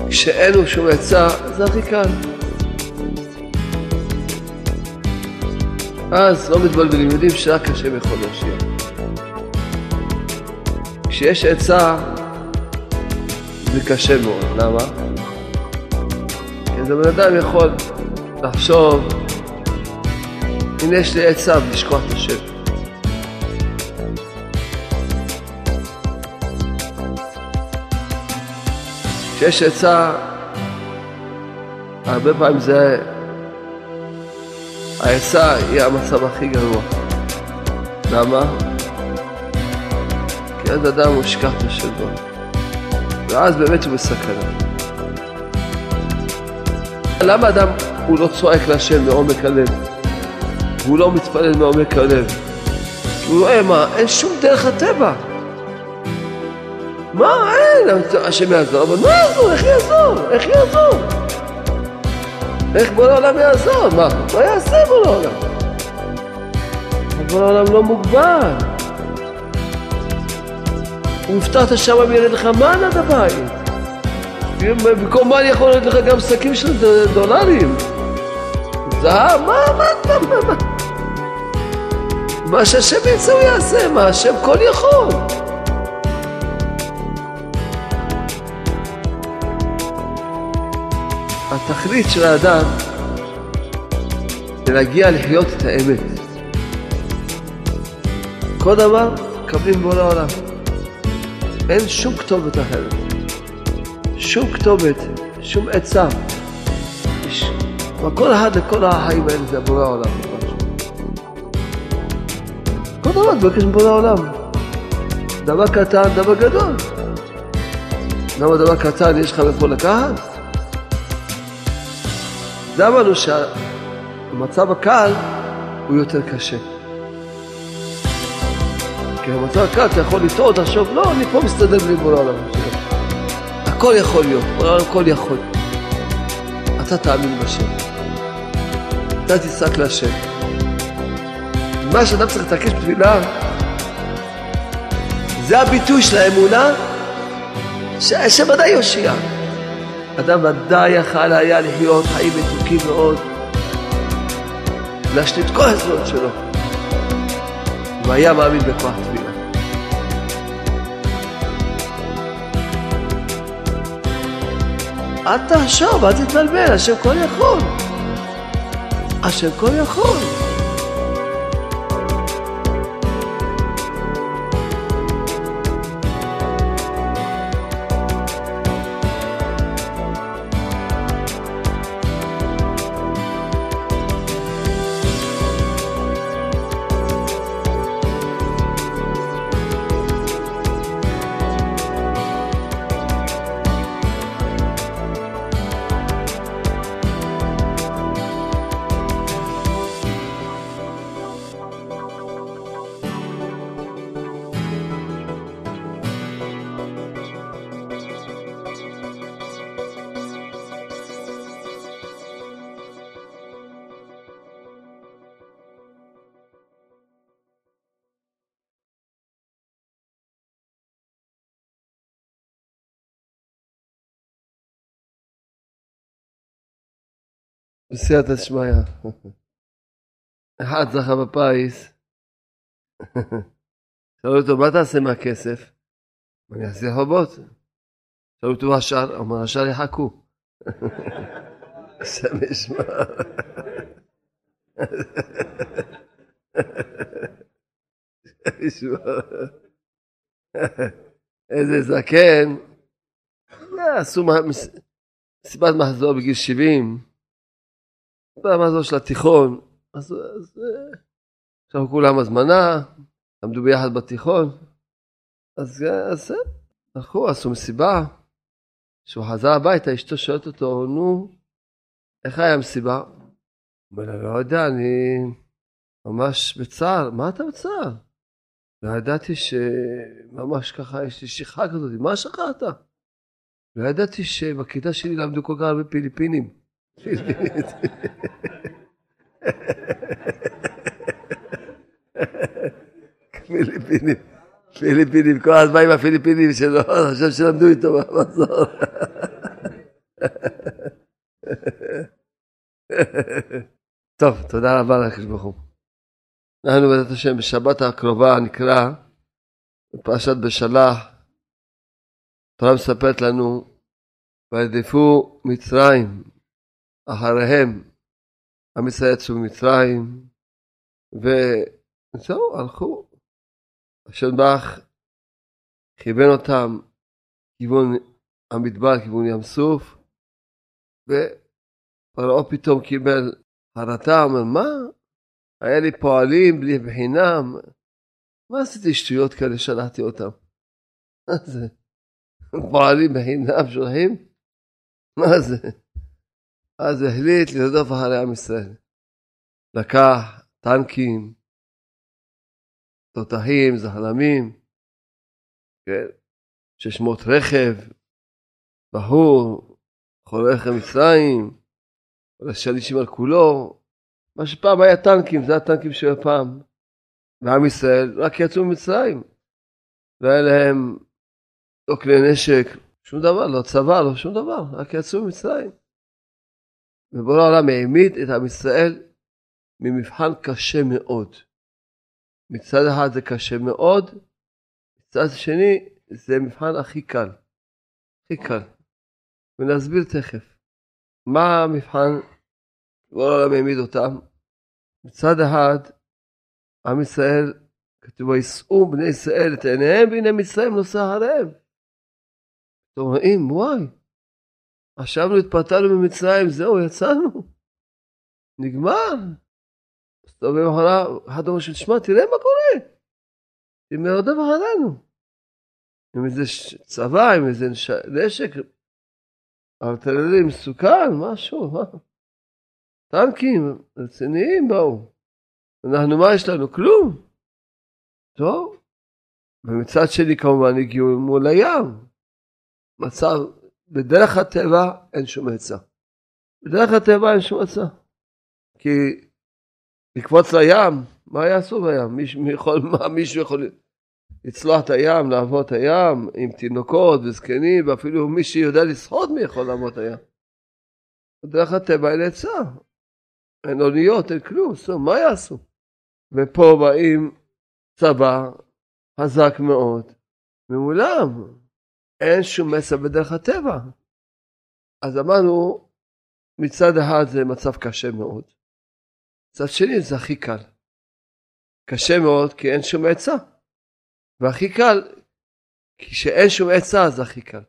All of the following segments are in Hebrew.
כשאין לו שום עצה, זה הכי קל. אז לא מתבלבלים, יודעים שרק השם יכול להושיע. כשיש עצה, זה קשה מאוד. למה? כי זה בן אדם יכול לחשוב, הנה יש לי עצה ולשכוח את השם. כשיש עצה, הרבה פעמים זה, העצה היא המצב הכי גרוע. למה? כי אז אדם הוא שכח את השם בו. ואז באמת הוא בסכנה. למה אדם הוא לא צועק להשם מעומק הלב? והוא לא מתפלל מעומק הלב? הוא רואה מה? אין שום דרך הטבע. מה? אין, השם יעזור, אבל מה יעזור? איך יעזור? איך יעזור? איך בוא לעולם יעזור? מה יעשה בוא לעולם? בוא לעולם לא מוגבל. הוא הבטחת שם ירד לך מן עד הבית. במקום מה אני יכול לתת לך גם שקים של דולרים? זהב? מה? מה שהשם יצא הוא יעשה, מה השם כל יכול. התכלית של האדם זה להגיע לחיות את האמת. כל דבר קבלים בו לעולם. אין שום כתובת אחרת. שום כתובת, שום עצה. כל אחד לכל החיים האלה זה בורא העולם. כל דבר תבקש מבורא העולם. דבר קטן, דבר גדול. למה דבר קטן יש לך איפה לקחת? זה אמרנו שהמצב הקל הוא יותר קשה. כי במצב הקל אתה יכול לטעות, לחשוב, לא, אני פה מסתדר בלי בורא העולם. הכל יכול להיות, בורא העולם הכל יכול. אתה תאמין בשם. אתה תצעק להשם. מה שאדם צריך לתקש בתפילה, זה הביטוי של האמונה, שהשם ודאי יושיע. אדם ודאי יכל היה לחיות חיים מתוקים מאוד, להשלים את כל הזמן שלו, והיה מאמין בכוח תפילה. אל תחשוב, אל תתבלבל, השם כל יכול. השם כל יכול. בסייעתא דשמיא. אחד זכה בפיס. שאלו אותו, מה תעשה מהכסף? אני אעשה חובות. שאלו אותו, השאר, אמר, השאר יחכו. השם ישמע. איזה זקן. עשו מסיבת מחזור בגיל 70. במחזור של התיכון. אז עכשיו כולם הזמנה. עמדו ביחד בתיכון. אז הלכו, עשו מסיבה. כשהוא חזר הביתה, אשתו שואלת אותו, נו, איך היה המסיבה? הוא אומר לה, לא יודע, אני ממש בצער. מה אתה בצער? לא ידעתי שממש ככה יש לי שכחה כזאת. מה שכחת? לא ידעתי שבכיתה שלי למדו כל כך הרבה פיליפינים. פיליפינים, כל הזמן עם הפיליפינים שלו, חושב שלמדו איתו במחזור. טוב, תודה רבה לקדוש ברוך הוא. אנחנו בעזרת השם בשבת הקרובה נקרא בפרשת בשלח. התורה מספרת לנו וירדפו מצרים אחריהם, עם ישראל יצאו ממצרים וזהו, הלכו. השם ברך כיוון אותם כיוון המדבר, כיוון ים סוף, ופרעה פתאום קיבל חרטה, אומר מה? היה לי פועלים בלי בחינם, מה עשיתי שטויות כאלה, שלחתי אותם? מה זה? פועלים בחינם שולחים? מה זה? אז החליט לרדוף אחרי עם ישראל. לקח טנקים, תותחים, זחלמים, כן? 600 רכב, בחור, חולך מצרים, ולשלישים על כולו. מה שפעם היה טנקים, זה הטנקים של הפעם. ועם ישראל רק יצאו ממצרים. לא היה להם לא כלי נשק, שום דבר, לא צבא, לא שום דבר, רק יצאו ממצרים. ובורא העולם העמיד את עם ישראל ממבחן קשה מאוד. מצד אחד זה קשה מאוד, מצד שני זה מבחן הכי קל. הכי קל. ונסביר תכף. מה המבחן? בורא העולם העמיד אותם. מצד אחד, עם ישראל, כתוב, וישאו בני ישראל את עיניהם, והנה מצרים נוסע אחריהם. אתם רואים, וואי, חשבנו, התפתלנו ממצרים, זהו, יצאנו. נגמר. אז טוב, אחד אומר שתשמע, תראה מה קורה. היא מרדף אחרינו. עם איזה צבא, עם איזה נשק, ארטילרי מסוכן, משהו, טנקים רציניים באו. אנחנו, מה יש לנו? כלום. טוב. ומצד שני כמובן הגיעו מול הים. מצב, בדרך הטבע אין שום עצה. בדרך הטבע אין שום עצה. כי לקפוץ לים, מה יעשו בים? מישהו יכול לצלוח את הים, לעבור את הים עם תינוקות וזקנים, ואפילו מי שיודע לשחות מי יכול לעבור את הים. בדרך הטבע אין עצה. אין אוניות, אין כלום, מה יעשו? ופה באים צבא חזק מאוד ממולם. אין שום מסע בדרך הטבע. אז אמרנו, מצד אחד זה מצב קשה מאוד. מצד שני זה הכי קל. קשה מאוד כי אין שום עצה. והכי קל, כי שאין שום עצה זה הכי קל.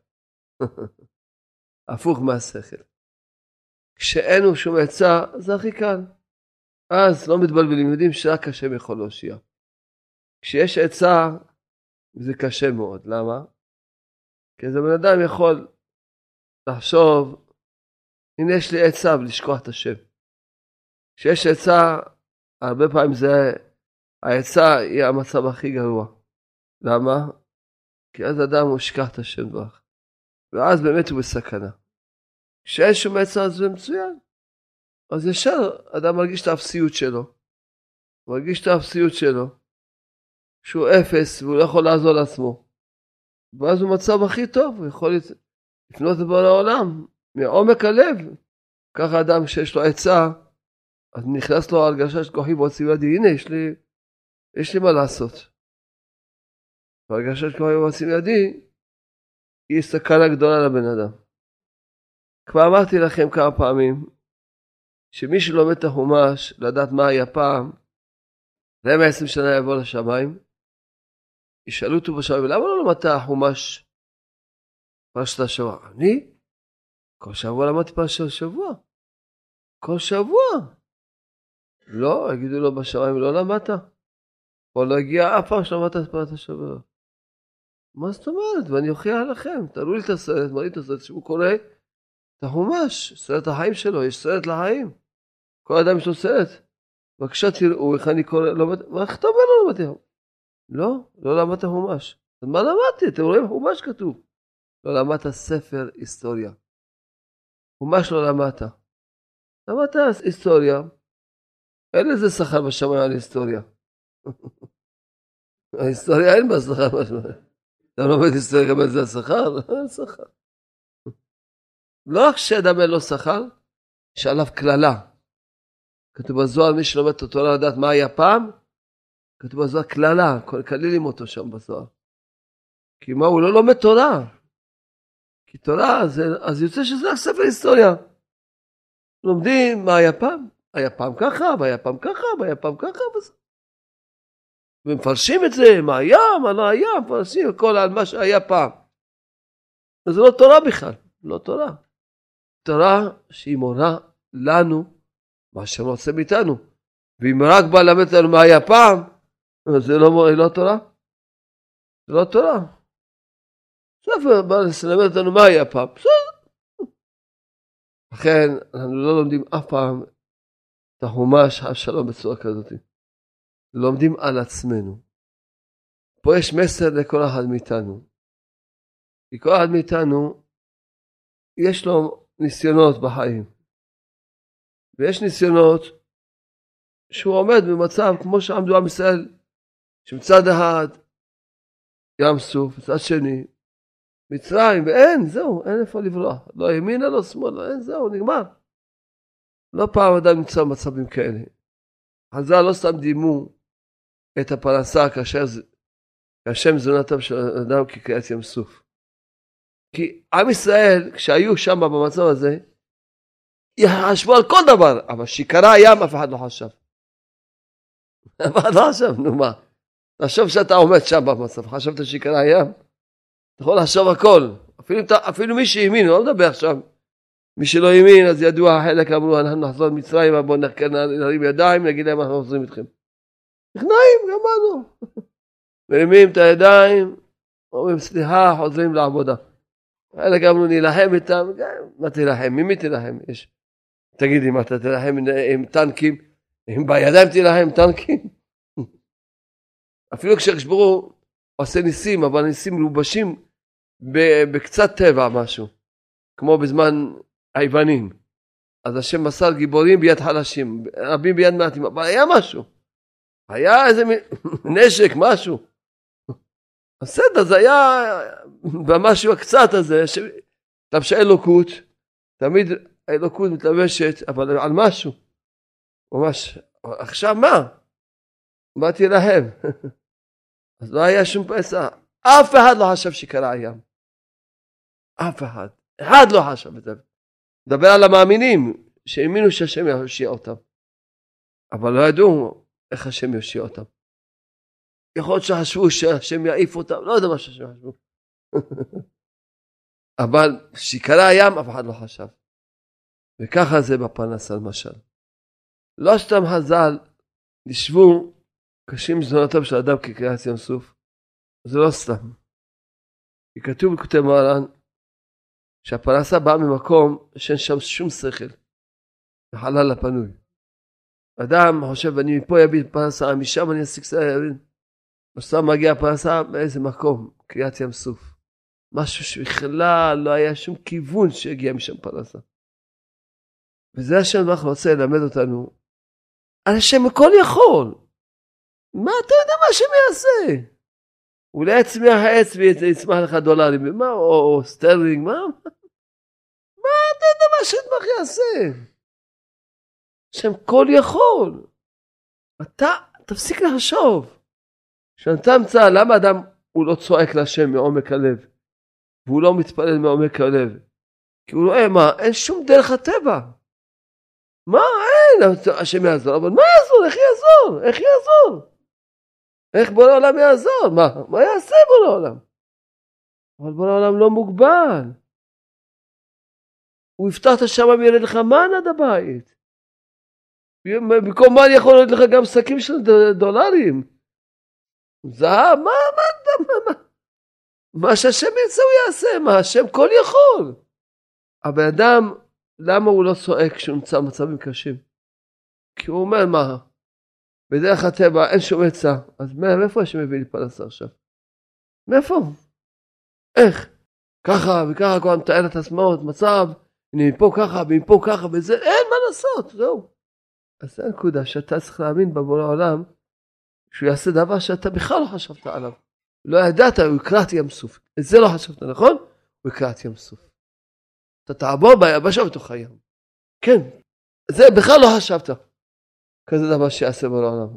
הפוך מהשכל. כשאין שום עצה זה הכי קל. אז לא מתבלבלים, יודעים שרק השם יכול להושיע. כשיש עצה זה קשה מאוד. למה? כי זה בן אדם יכול לחשוב, הנה יש לי עצה ולשכוח את השם. כשיש עצה, הרבה פעמים זה, העצה היא המצב הכי גרוע. למה? כי אז אדם הוא שכח את השם ברך. ואז באמת הוא בסכנה. כשאין שום עצה אז זה מצוין. אז ישר אדם מרגיש את האפסיות שלו. הוא מרגיש את האפסיות שלו. שהוא אפס והוא לא יכול לעזור לעצמו. ואז הוא מצב הכי טוב. הוא יכול לפנות לבורא העולם מעומק הלב. ככה אדם שיש לו עצה, אז נכנס לו הרגשה של כוחי ועוצם ידי. הנה יש לי מה לעשות. והרגשה של כוחי ועוצם ידי היא סכנה גדולה לבן אדם. כבר אמרתי לכם כמה פעמים, שמי שלומד את החומש, לדעת מה היה פעם, זה 120 שנה יבוא לשמיים, ישאלו אותו בשמיים, למה לא למדת החומש פרשת השבוע? אני? כל שבוע למדתי פרשת השבוע. כל שבוע. לא, יגידו לו בשמיים, לא למדת. או לא הגיע אף פעם שלמדת את פרשת השבוע. מה זאת אומרת? ואני אוכיח לכם, תראו לי את הסרט, מראי את הסרט שהוא קורא, את החומש, סרט החיים שלו, יש סרט לחיים. כל אדם יש לו סרט. בבקשה תראו איך אני קורא, מה איך אתה אומר לא למדתי? לא למדת חומש. אז מה למדתי? אתם רואים חומש כתוב. לא למדת ספר היסטוריה. חומש לא למדת. למדת היסטוריה. אין לזה שכר בשמיים על היסטוריה. ההיסטוריה אין בה שכר בשמיים. אתה לומד היסטוריה גם על זה השכר? אין שכר. לא רק שאדם אין לו שכר, יש עליו כללה. כתוב בזוהר, מי שלומד את התורה לדעת מה היה פעם, כתוב בזוהר כללה, כללים אותו שם בזוהר. כי מה, הוא לא לומד תורה. כי תורה, אז יוצא שזה רק ספר היסטוריה. לומדים מה היה פעם ככה, והיה פעם ככה, והיה פעם ככה, ומפרשים את זה, מה היה, מה לא היה, מפרשים הכל על מה שהיה פעם. אז זה לא תורה בכלל, לא תורה. תורה שהיא מורה לנו, מה שרוצה מאיתנו. ואם רק בא ללמד לנו מה היה פעם, אז זה לא תורה. זה לא תורה. ספר בא ללמד אותנו מה היה פעם. לכן אנחנו לא לומדים אף פעם את החומש השלום בצורה כזאת. לומדים על עצמנו. פה יש מסר לכל אחד מאיתנו. כי כל אחד מאיתנו יש לו ניסיונות בחיים. ויש ניסיונות שהוא עומד במצב כמו שעמדו עם ישראל, שמצד אחד ים סוף, מצד שני מצרים, ואין, זהו, אין איפה לברוח. לא ימינה, לא שמאלה, אין, זהו, נגמר. לא פעם אדם נמצא במצבים כאלה. חז"ל לא סתם דימו את הפרנסה כאשר מזונתם של אדם כקריעת ים סוף. כי עם ישראל, כשהיו שם במצב הזה, יחשבו על כל דבר, אבל שקרה הים אף אחד לא חשב. אף אחד לא חשב, נו מה? תחשוב שאתה עומד שם במצב, חשבת שקרה הים? אתה יכול לחשוב הכל, אפילו מי שהאמין, לא מדבר עכשיו. מי שלא האמין, אז ידוע חלק אמרו, אנחנו נחזור למצרים, בואו נרים ידיים, נגיד להם אנחנו חוזרים איתכם. נכנעים, גמרנו. מרימים את הידיים, אומרים סליחה, חוזרים לעבודה. חלק אמרו נלחם איתם, מה תלחם? ממי תלחם? תגידי, מה אתה תלחם עם טנקים? אם בידיים תלחם עם טנקים? אפילו כשברוך עושה ניסים, אבל ניסים מלובשים בקצת טבע משהו, כמו בזמן היוונים. אז השם מסר גיבורים ביד חלשים, רבים ביד מעטים, אבל היה משהו. היה איזה נשק, משהו. בסדר, זה היה במשהו הקצת הזה, תלבשה אלוקות, תמיד האלוקות מתלבשת, אבל על משהו. ממש, עכשיו מה? באתי להם. אז לא היה שום פסע. אף אחד לא חשב שקרה הים. אף אחד. אחד לא חשב את זה. מדבר על המאמינים, שהאמינו שהשם יושיע אותם. אבל לא ידעו איך השם יושיע אותם. יכול להיות שחשבו שהשם יעיף אותם, לא יודע מה שהשם חשבו. אבל שקרה הים, אף אחד לא חשב. וככה זה בפרנסה למשל. לא סתם חז"ל נשבו קשים זונותיו של אדם כקריעת ים סוף. זה לא סתם. כי כתוב בכותב מוהר"ן שהפרנסה באה ממקום שאין שם שום שכל. בחלל הפנוי. אדם חושב אני מפה יביא פרנסה, משם אני אשיג שערים. בסתם מגיע הפרנסה מאיזה מקום, קריעת ים סוף. משהו שבכלל לא היה שום כיוון שהגיע משם פרנסה. וזה השם רוצה ללמד אותנו. על השם הכל יכול. מה אתה יודע מה השם יעשה? אולי יצמיח העץ ויצמח לך דולרים, מה, או סטרלינג, מה אתה יודע מה השם יעשה? השם כל יכול. אתה תפסיק לחשוב. כשאתה אמצא, למה אדם הוא לא צועק להשם מעומק הלב? והוא לא מתפלל מעומק הלב? כי הוא רואה מה, אין שום דרך הטבע. מה, אין, השם יעזור, אבל מה יעזור? איך יעזור? איך יעזור? איך בורא עולם יעזור? מה יעשה בורא עולם? אבל בורא עולם לא מוגבל. הוא יפתח את השמיים וירד לך מן עד הבית. במקום מה אני יכול לראות לך גם שקים של דולרים? זהב, מה שהשם יעשה הוא יעשה, מה השם כל יכול. אבל אדם, למה הוא לא צועק כשהוא נמצא במצבים קשים? כי הוא אומר מה? בדרך הטבע אין שום עצה, אז מאיפה השם מביא לי פרנסה עכשיו? מאיפה? איך? ככה וככה כבר מתאר את עצמו, מצב, הנה מפה ככה ומפה ככה וזה, אין מה לעשות, זהו. אז זה הנקודה שאתה צריך להאמין בבורא העולם, שהוא יעשה דבר שאתה בכלל לא חשבת עליו. לא ידעת, הוא יקראת ים סוף. את זה לא חשבת, נכון? הוא יקראת ים סוף. אתה תעבור ביבשה בתוך הים. כן, זה בכלל לא חשבת. כזה דבר שיעשה בעולם.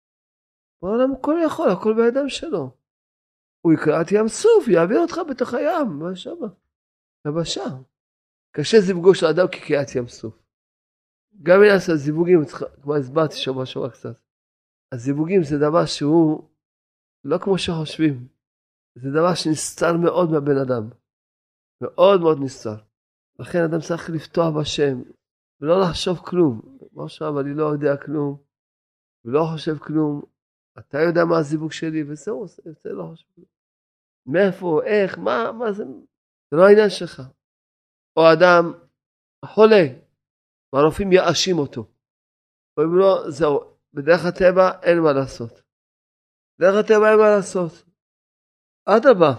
בעולם הוא כל יכול, הכל בידיים שלו. הוא יקרא את ים סוף, יעביר אותך בתוך הים, מה שמה? יבשה. קשה זיווגו של אדם כקריאת ים סוף. גם אם נעשה זיווגים, כבר הסברתי שבוע קצת. הזיווגים זה דבר שהוא לא כמו שחושבים. זה דבר שנסתר מאוד מהבן אדם. מאוד מאוד נסתר. לכן אדם צריך לפתוח בשם, ולא לחשוב כלום. מה עכשיו, אני לא יודע כלום, ולא חושב כלום. אתה יודע מה הזיווג שלי, וזהו, זה לא חושב כלום. מאיפה, איך, מה זה? זה לא העניין שלך. או אדם חולה, והרופאים יאשים אותו. אומרים לו, זהו, בדרך הטבע אין מה לעשות. בדרך הטבע אין מה לעשות. אדרבה,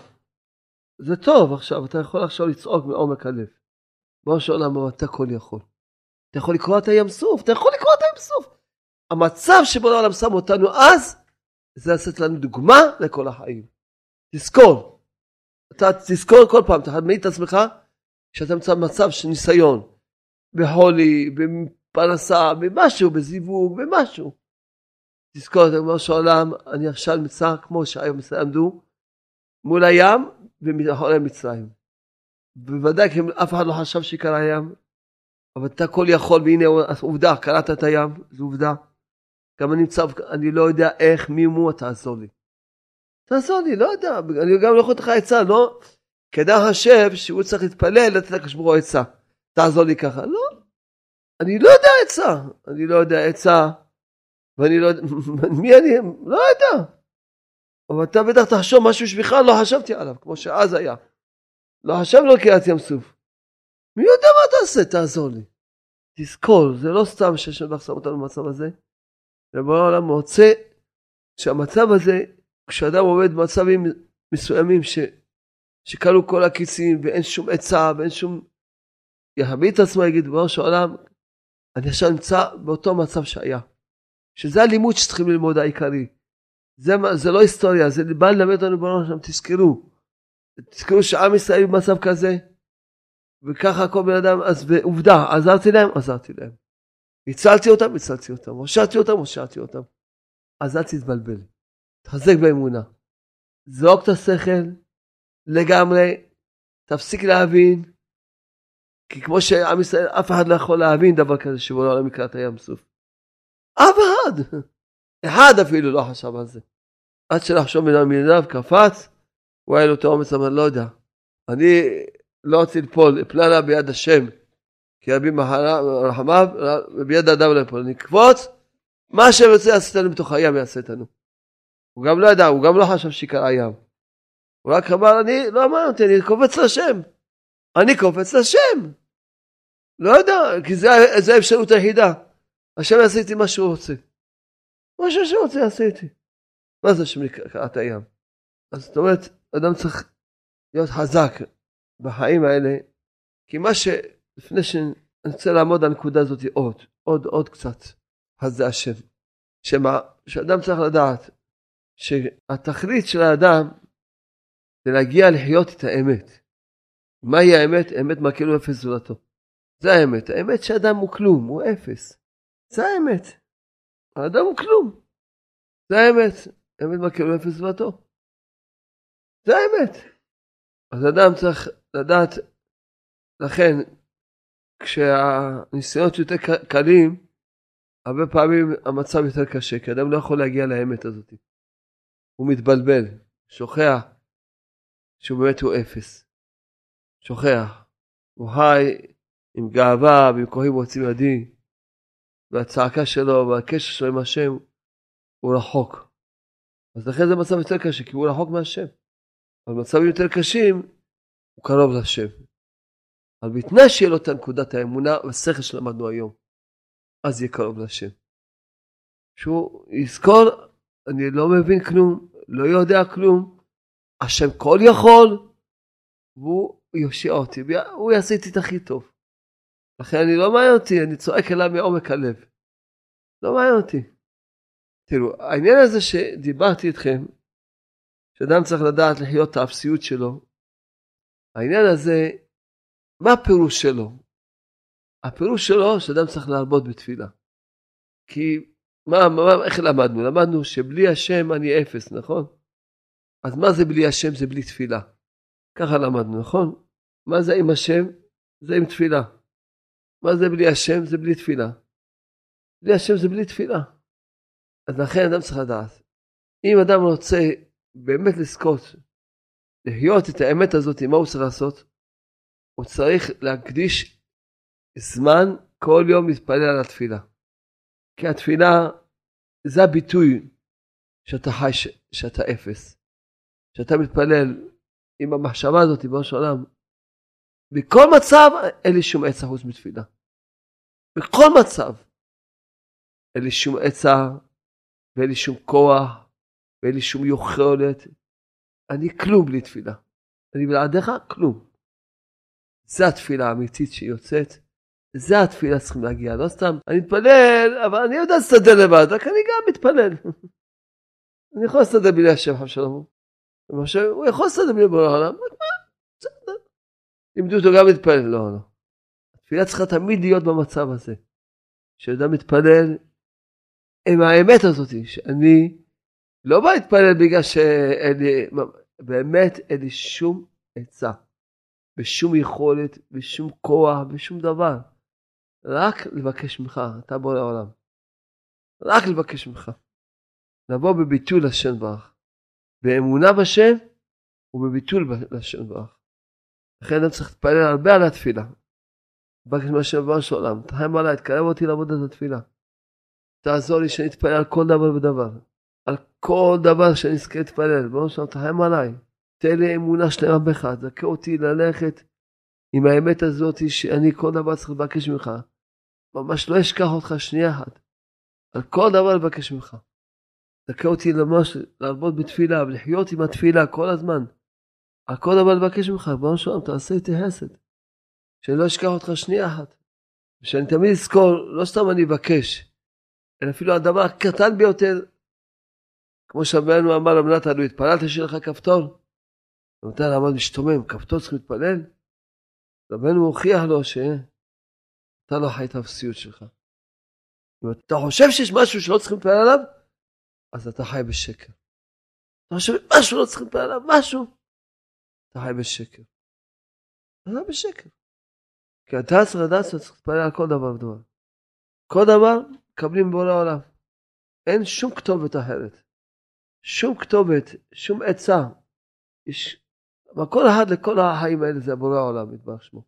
זה טוב עכשיו, אתה יכול עכשיו לצעוק מעומק הלב. בוא שעולם, אתה כל יכול. אתה יכול לקרוא את הים סוף, אתה יכול לקרוא את הים סוף. המצב שבו העולם שם אותנו אז, זה לעשות לנו דוגמה לכל החיים. תזכור. אתה תזכור כל פעם, אתה מעיד את עצמך, שאתה מצא מצב של ניסיון. בחולי, בפרנסה, במשהו, בזיווג, במשהו. תזכור, אתה אומר שעולם, אני עכשיו נמצא כמו שהיום עמדו, מול הים ומאחורי מצרים. בוודאי כי אף אחד לא חשב שיקרא הים, אבל אתה כל יכול, והנה עובדה, קראת את הים, זו עובדה. גם אני לא יודע איך, מי מו, תעזור לי. תעזור לי, לא יודע, אני גם לא יכול לתת לך עצה, לא? כדאי חשב שהוא צריך להתפלל, לתת לקדוש ברוך הוא עצה. תעזור לי ככה, לא. אני לא יודע עצה, אני לא יודע עצה, ואני לא יודע, מי אני, לא יודע. אבל אתה בטח תחשוב משהו שבכלל לא חשבתי עליו, כמו שאז היה. לא חשב לו קריאת ים סוף. מי יודע מה תעשה? תעזור לי. תזכור, זה לא סתם ששם שם אותנו במצב הזה. לבוא העולם מוצא שהמצב הזה, כשאדם עומד במצבים מסוימים שקלו כל הקיצים ואין שום עצה ואין שום יחביא את עצמו, יגיד בראש העולם, אני עכשיו נמצא באותו מצב שהיה. שזה הלימוד שצריכים ללמוד העיקרי. זה לא היסטוריה, זה בא ללמד אותנו בראש העולם, תזכרו שעם ישראל במצב כזה, וככה כל בן אדם, אז בעובדה, עזרתי להם. הצלתי אותם, הושעתי אותם. אז אל תתבלבל, תחזק באמונה. זרוק את השכל לגמרי, תפסיק להבין, כי כמו שעם ישראל, אף אחד לא יכול להבין דבר כזה שבו לא מקראת הים סוף. אף אחד אפילו לא חשב על זה. עד שלחשוב מן המיליו קפץ, הוא היה לו את האומץ, אבל לא יודע. אני לא רוצה לפול, אפלנה ביד השם, כי רבים רחמיו, וביד אדם לא יפול. אני אקפוץ, מה שהם יוצא יעשה לנו בתוך הים יעשה לנו. הוא גם לא ידע, הוא גם לא חשב שיקרא הים. הוא רק אמר, אני לא אמרתי, אני קופץ לשם. לא יודע, כי זה האפשרות היחידה. השם יעשה איתי מה שהוא רוצה. מה שהשם רוצה יעשה איתי. מה זה השם לקראת הים? אז זאת אומרת, אדם צריך להיות חזק בחיים האלה, כי מה לפני שאני רוצה לעמוד על הנקודה הזאת עוד קצת, אז זה השם. שאדם צריך לדעת שהתכלית של האדם זה להגיע לחיות את האמת. מהי האמת? האמת מה כאילו אפס זולתו. זה האמת. האמת שאדם הוא כלום, הוא אפס. זה האמת. האדם הוא כלום. זה האמת. האמת מה כאילו אפס זולתו. זה האמת. אז אדם צריך לדעת, לכן, כשהניסיונות יותר קלים, הרבה פעמים המצב יותר קשה, כי אדם לא יכול להגיע לאמת הזאת. הוא מתבלבל, שוכח שהוא באמת הוא אפס. שוכח. הוא חי עם גאווה, ועם כוחים רוצים ידי, והצעקה שלו, והקשר שלו עם השם, הוא רחוק. אז לכן זה מצב יותר קשה, כי הוא רחוק מהשם. אבל מצבים יותר קשים, הוא קרוב לשם. אבל בתנאי שיהיה לו את נקודת האמונה והשכל שלמדנו היום, אז יהיה קרוב לשם. שהוא יזכור, אני לא מבין כלום, לא יודע כלום, השם כל יכול, והוא יושיע אותי, והוא יעשה איתי את הכי טוב. לכן אני לא מעניין אותי, אני צועק אליו מעומק הלב. לא מעניין אותי. תראו, העניין הזה שדיברתי איתכם, שאדם צריך לדעת לחיות את האפסיות שלו, העניין הזה, מה הפירוש שלו? הפירוש שלו שאדם צריך להרבות בתפילה. כי איך למדנו? למדנו שבלי השם אני אפס, נכון? אז מה זה בלי השם? זה בלי תפילה. ככה למדנו, נכון? מה זה עם השם? זה עם תפילה. מה זה בלי השם? זה בלי תפילה. בלי השם זה בלי תפילה. אז לכן אדם צריך לדעת. אם אדם רוצה באמת לזכות, לחיות את האמת הזאת, מה הוא צריך לעשות? הוא צריך להקדיש זמן כל יום להתפלל על התפילה. כי התפילה זה הביטוי שאתה חי, שאתה אפס. שאתה מתפלל עם המחשבה הזאת, בראש העולם. בכל מצב אין לי שום עצה חוץ מתפילה. בכל מצב אין לי שום עצה, ואין לי שום כוח, ואין לי שום יכולת. אני כלום בלי תפילה. אני בלעדיך כלום. זו התפילה האמיתית שיוצאת. זו התפילה צריכים להגיע. לא סתם, אני מתפלל, אבל אני יודע לסתדר לבד, רק אני גם מתפלל. אני יכול לסתדר בלי השם, חב שלום. הוא יכול לסתדר בלי בורא העולם. לימדו אותו גם להתפלל. לא. התפילה צריכה תמיד להיות במצב הזה. שאדם מתפלל עם האמת הזאת, שאני לא בא להתפלל בגלל שאין לי, באמת אין לי שום עצה, בשום יכולת, בשום כוח, בשום דבר. רק לבקש ממך, אתה בורא העולם. רק לבקש ממך. לבוא בביטול לשם ברך. באמונה בשם ובביטול לשם ברך. לכן אני צריך להתפלל הרבה על התפילה. לבקש מהשם ברך של העולם. תחם עליי, תקרב אותי לעבוד את התפילה. תעזור לי שאני אתפלל על כל דבר ודבר. על כל דבר שאני אזכה להתפלל. בואו שם, תחם עליי. תן לי אמונה שלמה בך. זכה אותי ללכת עם האמת הזאת שאני כל דבר צריך לבקש ממך. ממש לא אשכח אותך שנייה אחת. על כל דבר לבקש ממך. זכה אותי ממש לעבוד בתפילה ולחיות עם התפילה כל הזמן. על כל דבר לבקש ממך. בואו שם, תעשה איתי חסד. שאני לא אשכח אותך שנייה אחת. ושאני תמיד אזכור, לא סתם אני אבקש. אלא אפילו הדבר הקטן ביותר, כמו שרבנו אמר למנתן, הוא התפלל תשאיר לך כפתור. למנתן אמר משתומם, כפתור צריך להתפלל. רבנו הוכיח לו שאתה לא חי את האפסיות שלך. אם אתה חושב שיש משהו שלא צריכים להתפלל עליו, אז אתה חי בשקר. אתה חושב משהו לא צריכים להתפלל עליו, משהו, אתה חי בשקר. אתה חי בשקר. כי אתה צריך לדעת שאתה צריך להתפלל על כל דבר ודבר. כל דבר מקבלים בורא העולם. אין שום כתובת אחרת. שום כתובת, שום עצה. אבל כל אחד לכל החיים האלה זה בורא העולם, יתברך שמו.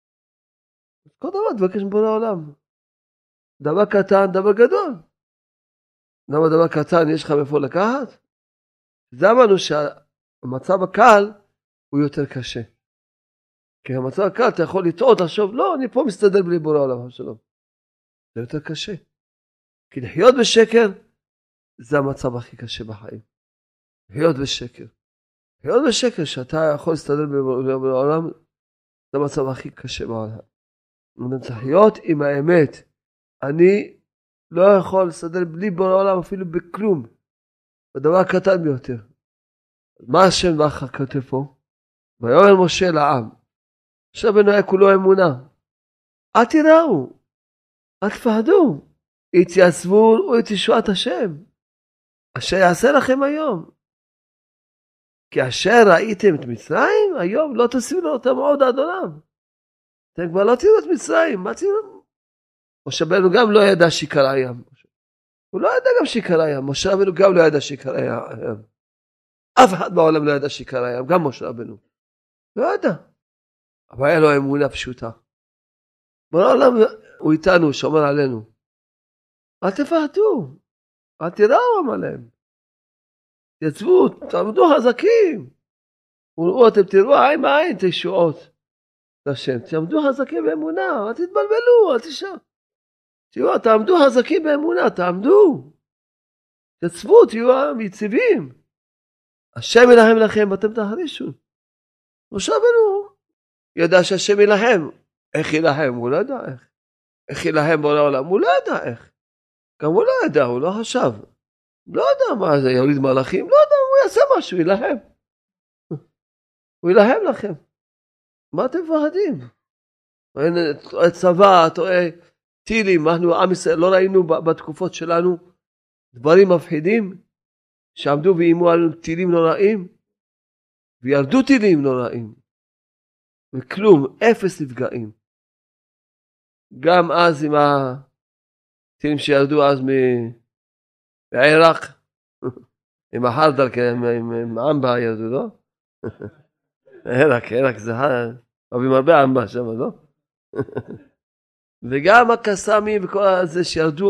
כל דבר תבקש מבורא העולם. דבר קטן, דבר גדול. למה דבר קטן יש לך מאיפה לקחת? זה אמרנו שהמצב הקל הוא יותר קשה. כי המצב הקל אתה יכול לטעות, לחשוב, לא, אני פה מסתדר בלי בורא העולם, שלום. זה יותר קשה. כי לחיות בשקר, זה המצב הכי קשה בחיים. לחיות בשקר. לחיות בשקר, שאתה יכול להסתדר בבורא העולם, זה המצב הכי קשה בעולם. צריך לחיות עם האמת. אני לא יכול להסתדר בלי בורא העולם, אפילו בכלום. בדבר קטן ביותר. מה השם ואחר כותב פה? ויאמר משה לעם. עכשיו בנו היה כולו אמונה. אל תיראו. אל תפחדו. התייצבו ואת ישועת השם. אשר יעשה לכם היום. כי אשר ראיתם את מצרים, היום לא תסירו אותם עוד עד עולם. אתם כבר לא תראו את מצרים. מה תראו? משה רבנו גם לא ידע שיקרא ים. הוא לא ידע גם שיקרא ים. משה רבנו גם לא ידע שיקרא ים. אף אחד בעולם לא ידע שיקרא ים. גם משה רבנו. לא ידע. אבל היה לו אמונה פשוטה. בעולם הוא איתנו, הוא שומר עלינו. אל תפחדו. אל תיראו עליהם. תייצבו, תעמדו חזקים. אתם תראו עין בעין את הישועות לשם. תעמדו חזקים באמונה. אל תתבלבלו, אל תשאר. תעמדו חזקים באמונה, תעמדו. תייצבו, תהיו יציבים. השם ילחם לכם ואתם תחרישו. משה רבנו ידע שהשם ילחם. איך ילחם? הוא לא ידע איך. איך ילחם בעולם העולם? הוא לא ידע איך. גם הוא לא ידע, הוא לא חשב. לא יודע מה זה, יוריד מלאכים, לא יודע, הוא יעשה משהו, ילחם. הוא ילחם לכם. מה אתם מפחדים? צבא, טילים, אנחנו עם ישראל, לא ראינו בתקופות שלנו דברים מפחידים, שעמדו ואיימו עלינו טילים נוראים, וירדו טילים נוראים, וכלום, אפס נפגעים. גם אז עם הטילים שירדו אז מעיראק, עם החרדל, עם עמבה ירדו, לא? עיראק זה אוהבים הרבה עמבה שם, לא? וגם הקסאמים וכל הזה שירדו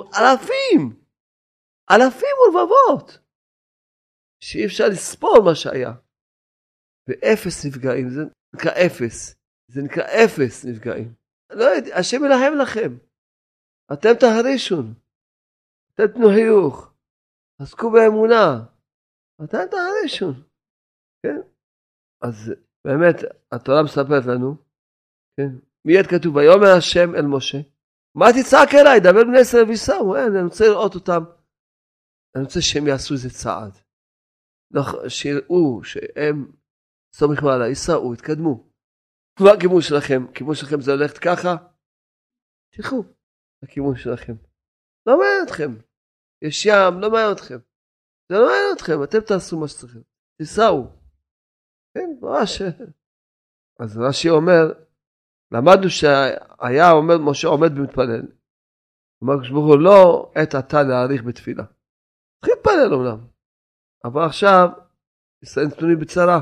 אלפים ורבבות, שאי אפשר לספור מה שהיה. ואפס נפגעים, זה נקרא אפס. זה נקרא אפס נפגעים. לא יודע, השם ילהם לכם. אתם תהרישון. אתם תנו חיוך. עסקו באמונה. אתם תהרישון. כן? אז באמת, התורה מספרת לנו, כן? מיד כתוב, ויאמר השם אל משה, מה תצעק אליי? דבר בני ישראל ויסעו. אני רוצה לראות אותם. אני רוצה שהם יעשו איזה צעד. שיראו שהם סומך מעלה, ייסעו, התקדמו. מה הכיוון שלכם? הכיוון שלכם זה הולכת ככה? תלכו לכיוון שלכם. לא מעניין אתכם. יש ים, לא מעניין אתכם. זה לא מעניין אתכם, אתם תעשו מה שצריכים. תיסעו. כן, ממש. אז רש"י אומר, למדנו שהיה משה עומד ומתפלל. אמר כשברוך הוא לא עת עתה להאריך בתפילה. צריך להתפלל אומנם. אבל עכשיו, ישראל נתונים בצרה.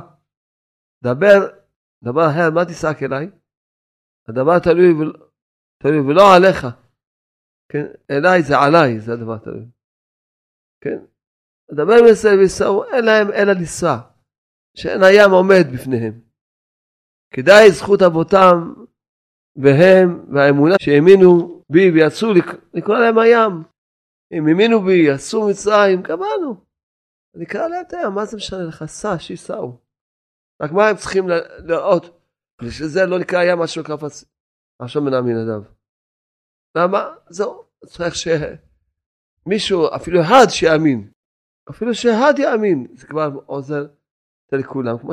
דבר אחר, מה תצעק אליי? הדבר תלוי ולא עליך. כן? אליי זה עליי, זה הדבר תלוי. כן? הדבר עם ישראל ויסעו, אין להם אלא לנסוע. שאין הים עומד בפניהם. כדאי זכות אבותם והם והאמונה שהאמינו בי ויצאו לקרוא להם הים. הם האמינו בי, יצאו מצרים, קבענו. נקרא להם את הים, מה זה משנה לך? שיסעו. רק מה הם צריכים לראות? שזה לא נקרא ים משהו קפץ. עכשיו מנאמין אדם. למה? זהו. צריך שמישהו, אפילו אחד שיאמין. אפילו שאחד יאמין. זה כבר עוזר לכולם. כמו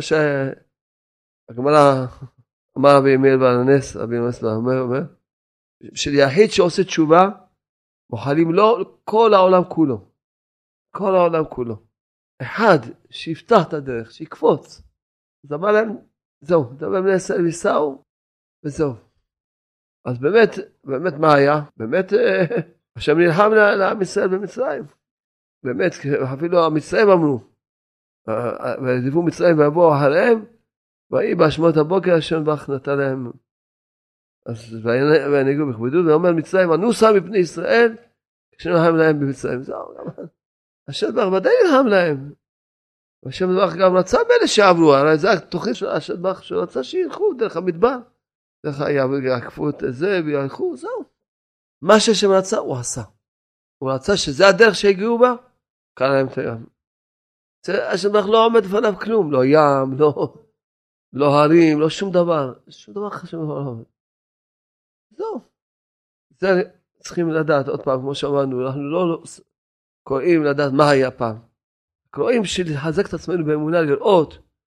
שהגמרא אמר רבי מאיר בעל הנס, רבי מאיר אומר, של יחיד שעושה תשובה, מוחלים לו כל העולם כולו. כל העולם כולו. אחד שיפתח את הדרך, שיקפוץ. אז אמר להם, זהו, דבר בני ישראל ויסעו, וזהו. אז באמת מה היה? באמת, השם נלחם לעם ישראל במצרים. באמת, אפילו המצרים אמרו, וירדפו מצרים ויבואו אחריהם, ויהי בהשמעות הבוקר השם ברך נתן להם. אז וינהגו בכבדות, ואומר מצרים, אנוסה מפני ישראל, כשנלחם להם במצרים. זהו, השם ברך ודאי נלחם להם. והשם ברך גם רצה באלה שעברו, הרי זה התוכנית של השם ברך שרצה שילכו דרך המדבר, דרך יעקפו את זה וילכו, זהו. מה שהשם רצה הוא עשה. הוא רצה שזה הדרך שהגיעו בה, קרא להם את הים. השם ברך לא עומד בפניו כלום, לא ים, לא הרים, לא שום דבר. שום דבר חשוב לא עומד. זהו. זה צריכים לדעת, עוד פעם, כמו שאמרנו, אנחנו לא קוראים לדעת מה היה פעם. קוראים בשביל לחזק את עצמנו באמונה, לראות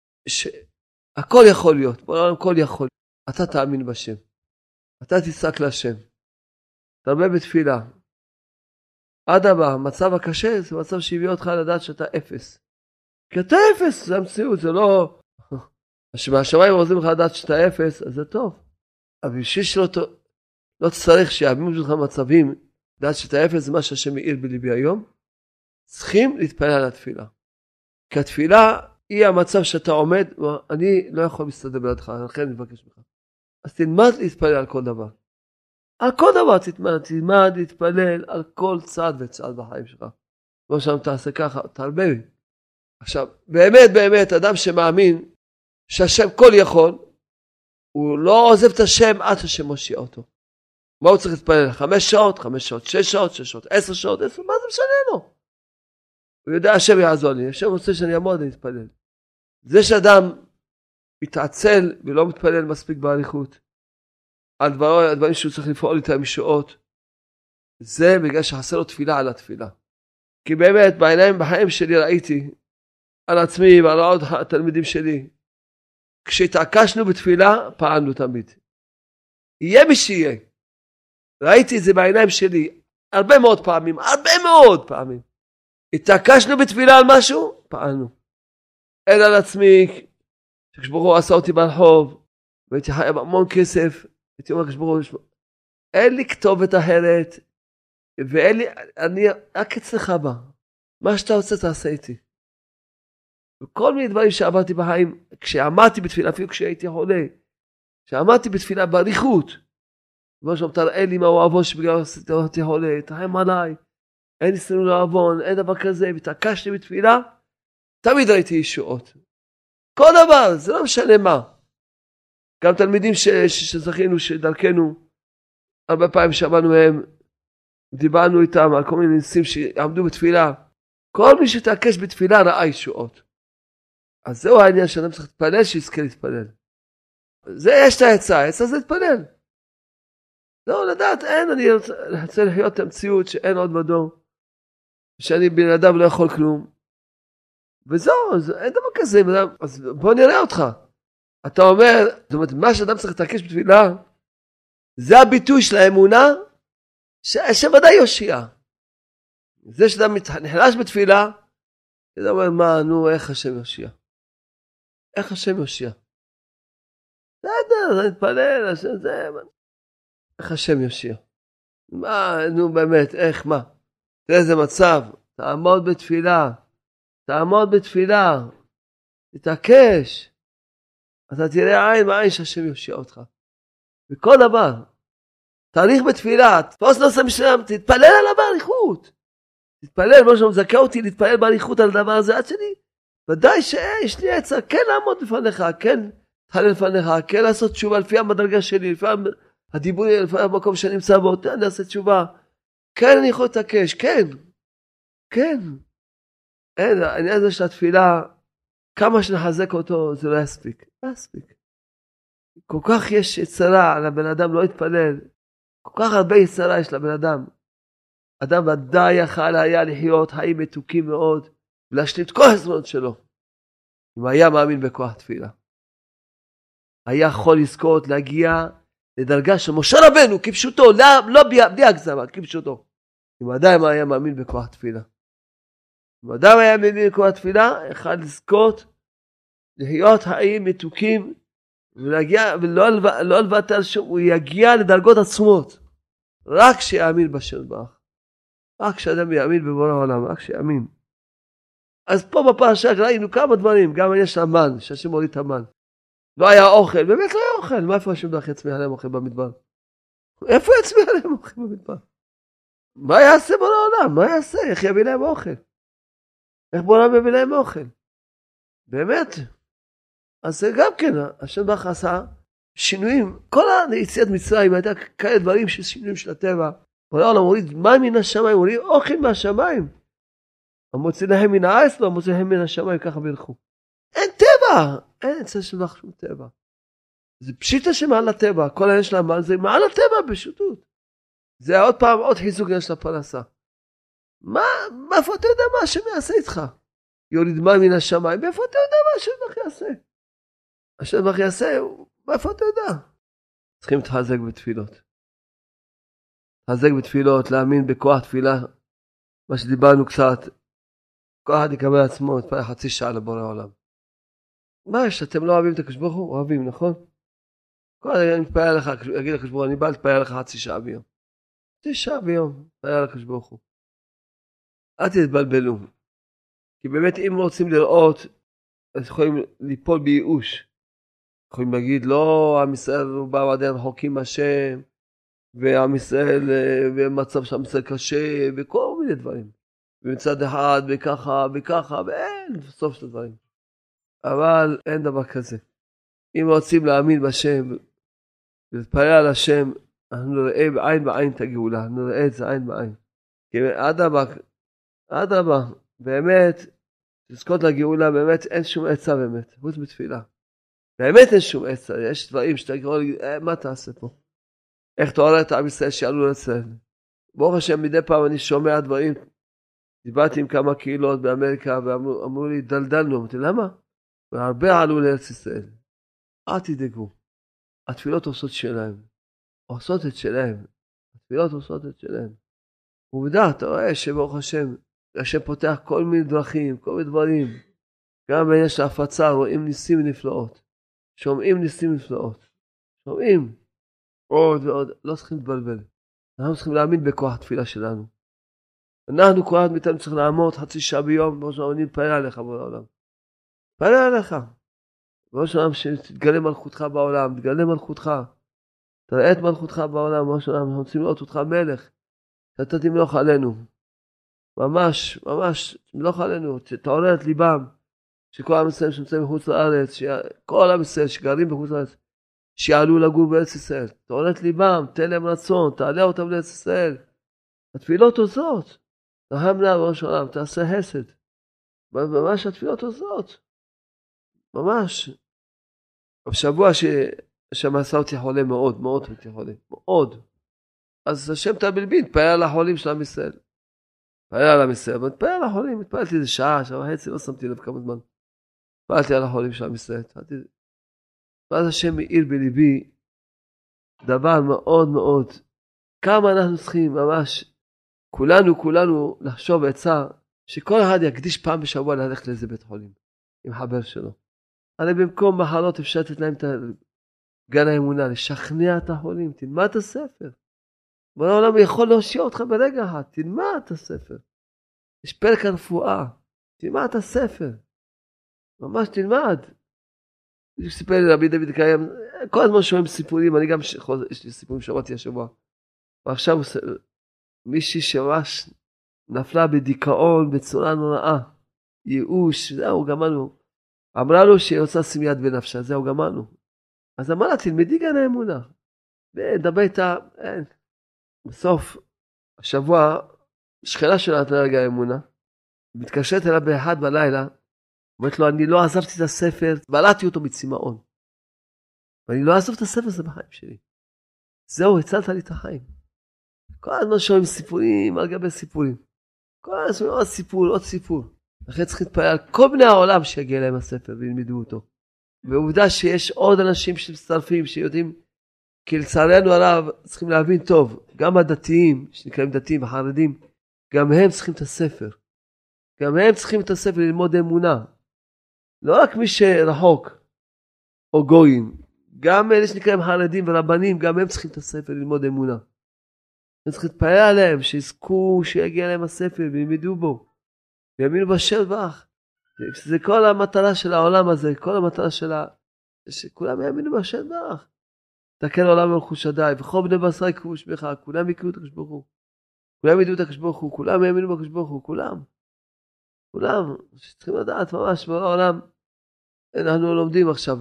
שהכל יכול להיות, בעולם הכל יכול. אתה תאמין בשם. אתה תצעק להשם. תרבה בתפילה. אדרבה, המצב הקשה זה מצב שהביא אותך לדעת שאתה אפס. כי אתה אפס, זה המציאות, זה לא... מהשמיים רוצים לך לדעת שאתה אפס, אז זה טוב. אבל בשביל לא תצטרך שיאמינו לך מצבים, לדעת שאתה אפס זה מה שהשם מאיר בליבי היום, צריכים להתפלל על התפילה. כי התפילה היא המצב שאתה עומד, אני לא יכול להסתדר בלעדך, לכן אני מבקש ממך. אז תלמד להתפלל על כל דבר. על כל דבר תלמד להתפלל על כל צעד וצעד בחיים שלך. כמו שם תעשה ככה, תרבה. עכשיו, באמת, אדם שמאמין שהשם כל יכול, הוא לא עוזב את השם עד השם מושיע אותו. מה הוא צריך להתפלל? 5 שעות, 5 שעות, 6 שעות, 6 שעות, 10 שעות, 10, מה זה משנה לו? הוא יודע, השם יעזור לי, השם רוצה שאני אעמוד להתפלל. זה שאדם מתעצל ולא מתפלל מספיק בעריכות, על דברים שהוא צריך לפעול איתם משעות, זה בגלל שחסר לו תפילה על התפילה. כי באמת בעיניים בחיים שלי ראיתי על עצמי ועל עוד התלמידים שלי, כשהתעקשנו בתפילה פעלנו תמיד. יהיה מי שיהיה. ראיתי את זה בעיניים שלי הרבה מאוד פעמים. התעקשנו בתפילה על משהו, פעלנו. אין על עצמי, כשברוך עשה אותי ברחוב, והייתי חייב המון כסף, הייתי אומר כשברוך אין לי כתובת אחרת, ואין לי, אני רק אצלך בה. מה שאתה רוצה תעשה איתי. וכל מיני דברים שעברתי בחיים, כשעמדתי בתפילה, אפילו כשהייתי חולה, כשעמדתי בתפילה באריכות, כמו שאתה תראה לי מה הוא עוון שבגלל אותי חולה, תרחם עליי, אין לי סנו לעוון, אין דבר כזה, והתעקשתי בתפילה, תמיד ראיתי ישועות. כל דבר, זה לא משנה מה. גם תלמידים שזכינו, שדרכנו, הרבה פעמים שמענו מהם, דיברנו איתם על כל מיני ניסים שעמדו בתפילה, כל מי שתעקש בתפילה ראה ישועות. אז זהו העניין שאדם צריך להתפלל, שיזכה להתפלל. זה יש את העצה זה להתפלל. לא, לדעת, אין, אני רוצה לחיות את המציאות שאין עוד מדור, שאני בן אדם לא יכול כלום. וזהו, אין דבר כזה, אז בוא נראה אותך. אתה אומר, זאת אומרת, מה שאדם צריך להתעקש בתפילה, זה הביטוי של האמונה, שוודאי יושיע. זה שאדם נחלש בתפילה, אתה אומר, מה, נו, איך השם יושיע? איך השם יושיע? בסדר, אני מתפלל, איך השם יושיע? מה, נו באמת, איך, מה? תראה איזה מצב, תעמוד בתפילה, תתעקש, אתה תראה עין בעין שהשם יושיע אותך. וכל דבר, תאריך בתפילה, תפוס נושא משלם, תתפלל עליו באריכות. תתפלל, כמו שמזכה אותי להתפלל באריכות על הדבר הזה עד שלי. ודאי שיש לי עצה, כן לעמוד לפניך, כן תחלל לפניך, כן לעשות תשובה לפי המדרגה שלי, לפי הדיבור, לפי המקום שאני נמצא בו, אני אעשה תשובה. כן, אני יכול להתעקש, כן. אין, העניין הזה של התפילה, כמה שנחזק אותו, זה לא יספיק. כל כך יש יצרה על הבן אדם לא יתפלל, כל כך הרבה יצרה יש לבן אדם. אדם ודאי יכל היה לחיות חיים מתוקים מאוד, ולהשלים את כל הזמנות שלו. אם היה מאמין בכוח תפילה. היה יכול לזכות להגיע לדרגה של משה רבנו, כפשוטו, לא בלי הגזמה, כפשוטו. אם אדם היה מאמין בכוח תפילה. אם אדם היה מאמין בכוח תפילה, יכל לזכות לחיות חיים מתוקים, ולא לוותר שום, הוא יגיע לדרגות עצומות. רק שיאמין בשם ברך. רק שאדם יאמין בבורא העולם, רק שיאמין. אז פה בפרשה ראינו כמה דברים, גם יש המן, שהשם הוריד את המן. לא היה אוכל, באמת לא היה אוכל. מה איפה השם ברך יצמיח להם אוכל במדבר? איפה יצמיח להם אוכל במדבר? מה יעשה בורא העולם? מה יעשה? איך יביא להם אוכל? איך בורא העולם יביא להם אוכל? באמת. אז זה גם כן, השם ברך עשה שינויים. כל היציאת מצרים הייתה כאלה דברים של שינויים של הטבע. בורא העולם הוריד מים מן השמיים, הוריד אוכל מהשמיים. המוציא להם מן הארץ, לא המוציא להם מן השמיים, ככה ברכו. אין טבע, אין אצל השם ברך שום טבע. זה פשיטה שמעל הטבע, כל העניין של המן זה מעל הטבע פשוטות. זה עוד פעם, עוד חיזוק של הפרנסה. מאיפה אתה יודע מה השם יעשה איתך? יוריד מים מן השמיים, מאיפה אתה יודע מה השם ברך יעשה? השם ברך יעשה, מאיפה אתה יודע? צריכים להתחזק בתפילות. להתחזק בתפילות, להאמין בכוח תפילה, מה שדיברנו קצת, כל אחד יקבל עצמו, יתפלל חצי שעה לבורא העולם. מה יש, אתם לא אוהבים את הקדוש ברוך הוא? אוהבים, נכון? כל אחד אני מתפלל לך, יגיד לקדוש ברוך הוא, אני בא להתפלל לך חצי שעה ביום. חצי שעה ביום, מתפלל לקדוש ברוך הוא. אל תתבלבלו. כי באמת אם רוצים לראות, אז יכולים ליפול בייאוש. יכולים להגיד, לא, עם ישראל הוא בא ועדיין רחוקים מהשם, ועם ישראל במצב שעם ישראל קשה, וכל מיני דברים. ומצד אחד, וככה, ואין בסוף של הדברים. אבל אין דבר כזה. אם רוצים להאמין בשם, ולהתפלל על השם, אנחנו נראה בעין בעין את הגאולה, נראה את זה עין בעין. כי אדרבה, באמת, לזכות לגאולה, באמת אין שום עצה באמת, חוץ בתפילה. באמת אין שום עצה, יש דברים שאתה יכול להגיד, מה תעשה פה? איך תעורר את עם ישראל שיעלו לצלם? ברוך השם, מדי פעם אני שומע דברים, דיברתי עם כמה קהילות באמריקה, ואמרו לי, דלדלנו, אמרתי, למה? והרבה עלו לארץ ישראל. אל תדאגו, התפילות עושות שלהם, התפילות עושות את שלהם. עובדה, אתה רואה שברוך השם, השם פותח כל מיני דרכים, כל מיני דברים. גם בעניין של ההפצה רואים ניסים ונפלאות. שומעים ניסים ונפלאות. שומעים עוד ועוד. לא צריכים להתבלבל. אנחנו צריכים להאמין בכוח התפילה שלנו. אנחנו כל אחד מאיתנו צריך לעמוד חצי שעה ביום, בראש העולם נתפלל עליך בעולם. נתפלל עליך. בראש העולם שתתגלה מלכותך בעולם, תתגלה מלכותך. תראה את מלכותך בעולם, בראש העולם, אנחנו רוצים לראות אותך מלך. שאתה תמלוך עלינו. ממש, ממש, תמלוך עלינו, תעורר את ליבם. שכל עם ישראל שנמצאים בחוץ לארץ, כל עם ישראל שגרים בחוץ לארץ, שיעלו לגור בארץ ישראל. תעורר את ליבם, תן להם רצון, תעלה אותם לארץ ישראל. התפילות עוזרות. תרחם נא בראש העולם, תעשה חסד. ממש התפילות עוזרות. ממש. בשבוע שמעשה אותי חולה מאוד, מאוד אותי חולה. מאוד. אז השם תבלבין, תפעל על החולים של עם ישראל. תפעל על עם ישראל, אבל תפעל על החולים. התפעלתי איזה שעה, שעה וחצי, לא שמתי לב כמה זמן. התפעלתי על החולים של עם ישראל. ואז השם מאיר בליבי דבר מאוד מאוד. כמה אנחנו צריכים ממש, כולנו לחשוב עצה, שכל אחד יקדיש פעם בשבוע ללכת לאיזה בית חולים, עם חבר שלו. הרי במקום מחלות אפשר לתת להם את גן האמונה, לשכנע את החולים, תלמד את הספר. בוא העולם יכול להושיע אותך ברגע אחד, תלמד את הספר. יש פרק הרפואה, תלמד את הספר. ממש תלמד. סיפר לי רבי דוד קיים, כל הזמן שומעים סיפורים, אני גם יש לי סיפורים שמעתי השבוע. ועכשיו מישהי שממש נפלה בדיכאון בצורה נוראה, ייאוש, זהו גמרנו. אמרה לו שהיא רוצה לשים יד בנפשה, זהו גמרנו. אז אמרה לה, תלמדי גן האמונה. ודבר איתה, אין. בסוף השבוע, שכנה שלה נתנה גן האמונה, מתקשרת אליו באחד בלילה, אומרת לו, אני לא עזבתי את הספר, בלעתי אותו מצמאון. ואני לא אעזוב את הספר הזה בחיים שלי. זהו, הצלת לי את החיים. כל הזמן שומעים סיפורים על גבי סיפורים. כל הזמן עוד סיפור, עוד סיפור. לכן צריך להתפעל על כל בני העולם שיגיע להם הספר וילמדו אותו. ועובדה שיש עוד אנשים שמצטרפים, שיודעים, כי לצערנו הרב צריכים להבין טוב, גם הדתיים, שנקראים דתיים וחרדים, גם הם צריכים את הספר. גם הם צריכים את הספר ללמוד אמונה. לא רק מי שרחוק או גויים, גם אלה שנקראים חרדים ורבנים, גם הם צריכים את הספר ללמוד אמונה. הם צריכים להתפעל עליהם, שיזכו, שיגיע להם הספר וילמדו בו. ויאמינו בשם ברך. זה כל המטרה של העולם הזה, כל המטרה שכולם יאמינו בשם ברך. תקל העולם מלכות שדי, וכל בני בשר יקראו שמך, כולם יקראו את הקדוש ברוך הוא. כולם ידעו את הקדוש ברוך הוא, כולם יאמינו בקדוש ברוך הוא, כולם. שצריכים לדעת ממש בעולם. אנחנו לומדים עכשיו,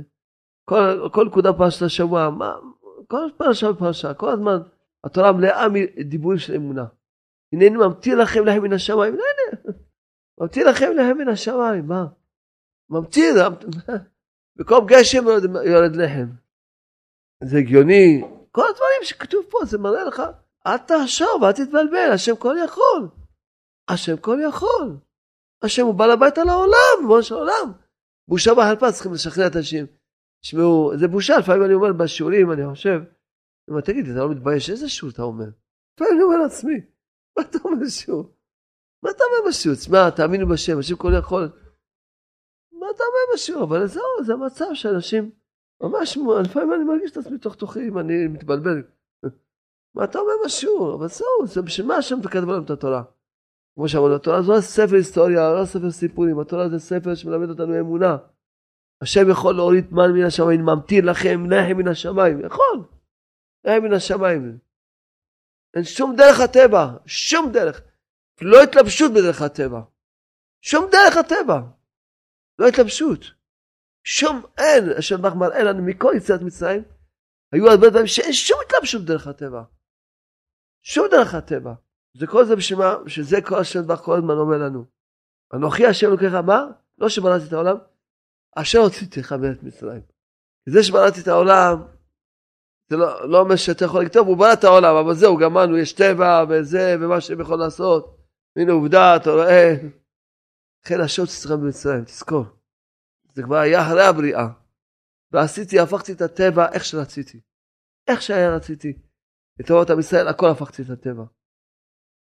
כל נקודה פרשת השבוע, כל פרשה, כל הזמן, התורה מלאה מדיבורים של אמונה. הנני ממתיר לכם לחם מן השמיים, ממתיר לכם לחם מן השמיים, מה? ממתיר, במקום גשם יורד לחם. זה הגיוני, כל הדברים שכתוב פה, זה מראה לך, אל תחשוב, אל תתבלבל, השם כל יכול. השם כל יכול. השם הוא בעל הבית על העולם, בראש העולם. בושה וחרפה, צריכים לשכנע את השם. תשמעו, זה בושה, לפעמים אני אומר בשיעורים, אני חושב, מה תגיד, אתה לא מתבייש, איזה שיעור אתה אומר? לפעמים אני אומר לעצמי, מה אתה אומר בשיעור? מה אתה אומר בשיעור? תשמע, תאמינו בשם, השם כל יכול. מה אתה אומר בשיעור? אבל זהו, זה המצב שאנשים, ממש, לפעמים אני מרגיש את עצמי תוך תוכי, אם אני מתבלבל. מה אתה אומר בשיעור? אבל זהו, זה בשביל מה השם וכתב לנו את התורה? כמו שאמרנו, התורה זו ספר היסטוריה, לא ספר סיפורים, התורה זה ספר שמלמד אותנו אמונה. השם יכול להוריד מן מן השמיים, ממתיר לכם לחם מן השמיים, יכול, לחם מן השמיים. אין שום דרך הטבע, שום דרך, לא התלבשות בדרך הטבע, שום דרך הטבע, לא התלבשות, שום אין, השם מראה לנו מכל יציאת מצרים, היו הרבה דברים שאין שום התלבשות בדרך הטבע, שום דרך הטבע. זה כל זה בשביל מה, שזה כל השם דבר כל הזמן אומר לנו. אנוכי השם אלוקיך אמר, לא שבראתי את העולם, אשר הוצאתיך מארץ מצרים. זה שבראתי את העולם, זה לא אומר שאתה יכול לכתוב, הוא ברא את העולם, אבל זהו, גמרנו, יש טבע וזה, ומה שהם יכול לעשות. הנה עובדה, אתה רואה. לכן אשר הוצאתיך במצרים, תזכור. זה כבר היה אחרי הבריאה. ועשיתי, הפכתי את הטבע איך שרציתי. איך שהיה רציתי. לטובת עם ישראל, הכל הפכתי את הטבע.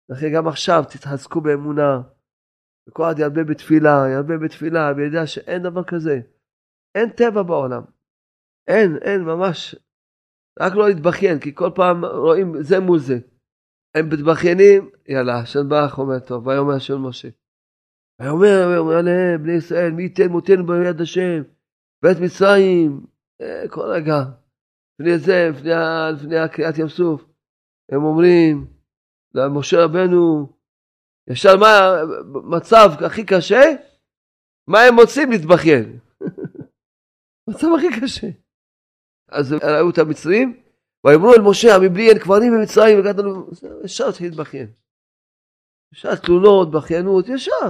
לכן גם עכשיו תתחזקו באמונה, וכל עד ירבה בתפילה, וידע שאין דבר כזה. אין טבע בעולם. אין, ממש. רק לא להתבכיין, כי כל פעם רואים זה מול זה. הם מתבכיינים, יאללה, השם ברך אומר טוב, ויאמר השם משה. ויאמר עליהם, בני ישראל, מי ייתן מותנו ביד השם, בית מצרים, כל רגע. לפני קריאת ים סוף, הם אומרים למשה רבנו, ישר מה מצב הכי קשה? מה הם מוצאים להתבכיין? מצב הכי קשה. אז ראו את המצרים, ויאמרו אל משה, מבלי אין קברים במצרים, ישר התחיל להתבכיין. ישר תלונות, בכיינות, ישר.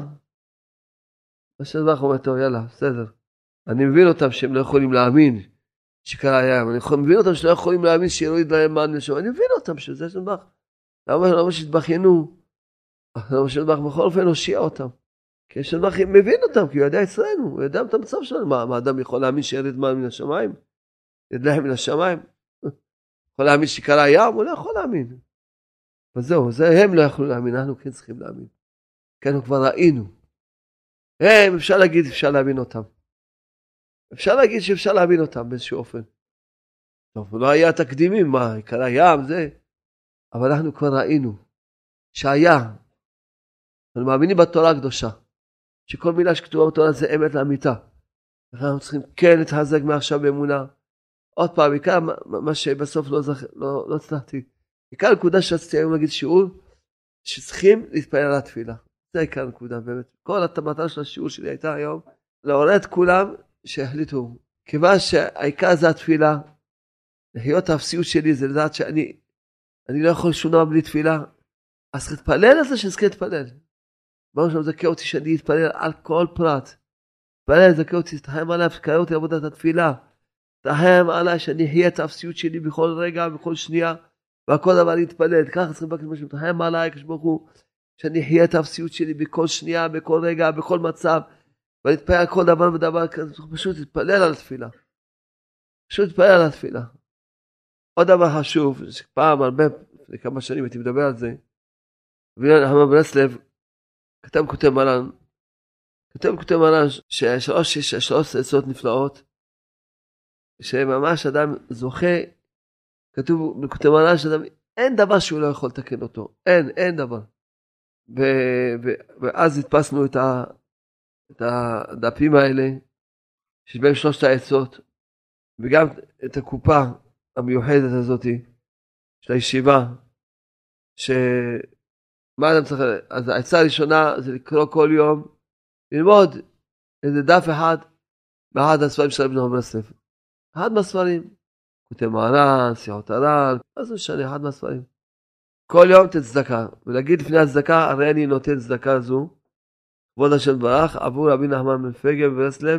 השם ברך אומר, טוב, יאללה, בסדר. אני מבין אותם שהם לא יכולים להאמין שקרה הים. אני מבין אותם שלא יכולים להאמין שיוריד להם מן לשם. אני מבין אותם שזה השם ברך. למה שהתבכיינו? למה השם ברך בכל אופן הושיע אותם. כי השם ברך מבין אותם, כי הוא ידע אצלנו, הוא ידע את המצב שלנו. מה אדם יכול להאמין שירד מן מן השמיים? ירד להם מן השמיים? יכול להאמין שקרה הים? הוא לא יכול להאמין. וזהו, זה הם לא יכולו להאמין, אנחנו כן צריכים להאמין. כן, אנחנו כבר ראינו. הם, אפשר להגיד, אפשר להאמין אותם. אפשר להגיד שאפשר להאמין אותם באיזשהו אופן. טוב, לא היה תקדימים, מה, קרה ים, זה. אבל אנחנו כבר ראינו שהיה. אנחנו מאמינים בתורה הקדושה. שכל מילה שכתובה בתורה זה אמת לאמיתה. אנחנו צריכים כן להתחזק מעכשיו באמונה. עוד פעם, עיקר מה שבסוף לא הצלחתי. עיקר הנקודה שרציתי היום להגיד שיעור, שצריכים להתפלל על התפילה. זה עיקר הנקודה, באמת. כל המטרה של השיעור שלי הייתה היום, לעורר את כולם שהחליטו. כיוון שהעיקר זה התפילה, לחיות האפסיות שלי זה לדעת שאני לא יכול שום דבר בלי תפילה, אז תתפלל על זה שזכה להתפלל. ברור שם זכה אותי שאני אתפלל על כל פרט. תתפלל, זכה אותי, תחם עליו, תקרא אותי עבודת התפילה. תחם עליי שאני אחיה את האפסיות שלי בכל רגע, בכל שנייה, והכל דבר להתפלל. ככה צריכים לבקש משהו, תחם עליי, כשברוך הוא, שאני אחיה את האפסיות שלי בכל שנייה, בכל רגע, בכל מצב, ואני אתפלל על כל דבר ודבר כזה, פשוט תתפלל על התפילה. פשוט תתפלל על התפילה. עוד דבר חשוב, שפעם הרבה, לפני כמה שנים הייתי מדבר על זה, וחמה ברסלב, כותב מרן, ששלוש עצות נפלאות, שממש אדם זוכה, כותב מרן שאדם, אין דבר שהוא לא יכול לתקן אותו, אין דבר. ואז התפסנו את הדפים האלה, שיש בהם שלושת העצות, וגם את הקופה המיוחדת הזאת, של הישיבה, מה אדם צריך, אז העצה הראשונה זה לקרוא כל יום, ללמוד איזה דף אחד, מאחד הספרים של רבי נחמן ברסלב. אחד מהספרים, כותב מרן, שיחות הר"ן, מה זה משנה, אחד מהספרים. כל יום תן צדקה, ולהגיד לפני הצדקה, הרי אני נותן צדקה זו, כבוד השם ברך, עבור רבי נחמן בן פגל וברסלב,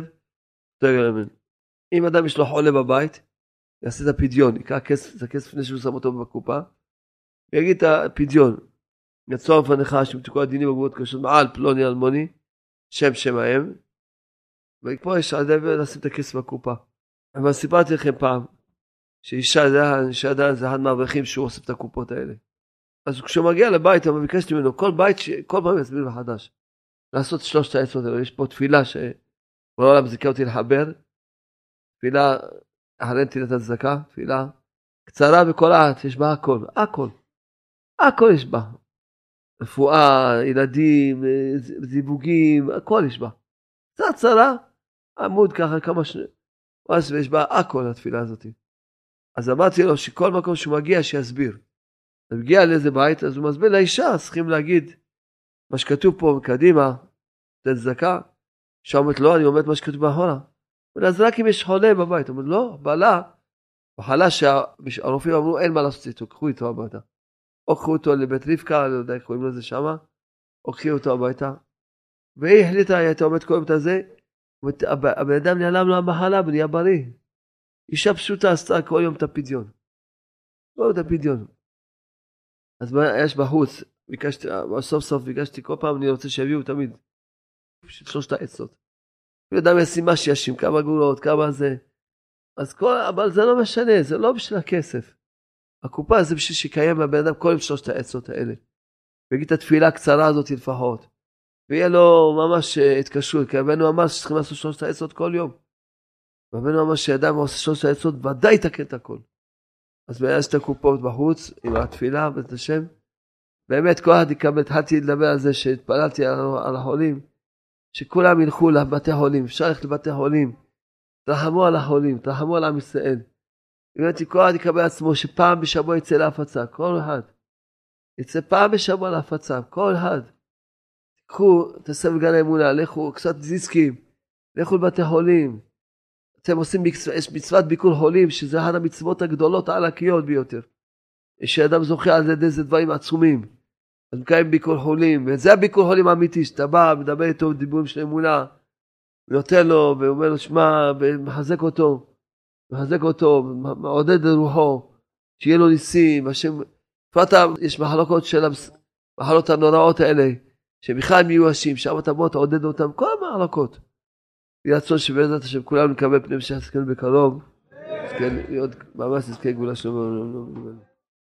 אם אדם יש לו חולה בבית, יעשה את הפדיון, יקרא כסף, זה כסף לפני שהוא שם אותו בקופה, ויגיד את הפדיון, יצור לפניך שמתיקו הדינים הגבוהות קשות מעל פלוני אלמוני, שם האם, ופה יש עדיין לשים את הכסף בקופה. אבל סיפרתי לכם פעם, שאישה עדיין זה אחד מהאברכים שהוא אוסף את הקופות האלה. אז כשהוא מגיע לבית, הוא ביקשתי ממנו, כל פעם יסביר מחדש, לעשות שלושת העצות האלה. יש פה תפילה שבעולם זיכה אותי לחבר, תפילה אחרי נתינת הצדקה, תפילה קצרה וקולעת, יש בה הכל יש בה. רפואה, ילדים, זיווגים, הכל יש בה. קצת קצרה, עמוד ככה כמה שניות, ויש בה הכל התפילה הזאת. אז אמרתי לו שכל מקום שהוא מגיע שיסביר. הוא מגיע לאיזה בית, אז הוא מסביר לאישה, צריכים להגיד מה שכתוב פה מקדימה, תן צדקה, שאומרת לא, אני אומרת מה שכתוב באחורה. אז רק אם יש חולה בבית, הוא אומר לא, בעלה, בחלה שהרופאים אמרו אין מה לעשות איתו, קחו איתו הביתה. או קחו אותו לבית רבקה, לא יודע איך קוראים לזה שמה, או קחו אותו הביתה. והיא החליטה, היא הייתה אומרת קוראים את הזה, הבן אדם נעלם לו המחלה ונהיה בריא. אישה פשוטה עשתה כל יום את הפדיון. לא את הפדיון. אז יש בחוץ, סוף ביקשתי כל פעם, אני רוצה שיביאו תמיד. שלושת העצות. אדם ישים מה שישים, כמה גולות, כמה זה. אבל זה לא משנה, זה לא בשביל הכסף. הקופה זה בשביל שקיים הבן אדם כל עם שלושת העצות האלה. ויגיד את התפילה הקצרה הזאת לפחות. ויהיה לו ממש התקשרות, כי רבנו אמר שצריכים לעשות 3 העצות כל יום. רבנו אמר שאדם עושה 3 העצות, ודאי יתקן את הכל. אז בעיה שתי קופות בחוץ, עם התפילה, בית השם. באמת, כל אחד יקבל, התחלתי לדבר על זה שהתפללתי על החולים, שכולם ילכו לבתי חולים, אפשר ללכת לבתי חולים, תרחמו על החולים, תרחמו על עם ישראל. באמת, כל אחד יקבל עצמו שפעם בשבוע יצא להפצה, כל אחד. יצא פעם בשבוע להפצה, כל אחד. תקחו, תעשה בגן האמונה, לכו קצת דיסקים, לכו לבתי חולים. אתם עושים מצוות ביקור חולים, שזה אחת המצוות הגדולות הענקיות ביותר. שאדם זוכה על ידי זה דברים עצומים. אז מקיים ביקור חולים, וזה הביקור חולים האמיתי, שאתה בא, מדבר איתו דיבורים של אמונה, ונותן לו, ואומר לו, שמע, ומחזק אותו, מעודד לרוחו, שיהיה לו ניסים, השם, פעם יש מחלוקות של המחלות הנוראות האלה, שבכלל מיואשים, שם אתה בוא, תעודד אותם, כל המחלוקות. ירצון שבעזרת השם כולם נקבל פני משך סכן בקרוב, להיות ממש נזכה גבולה שלום.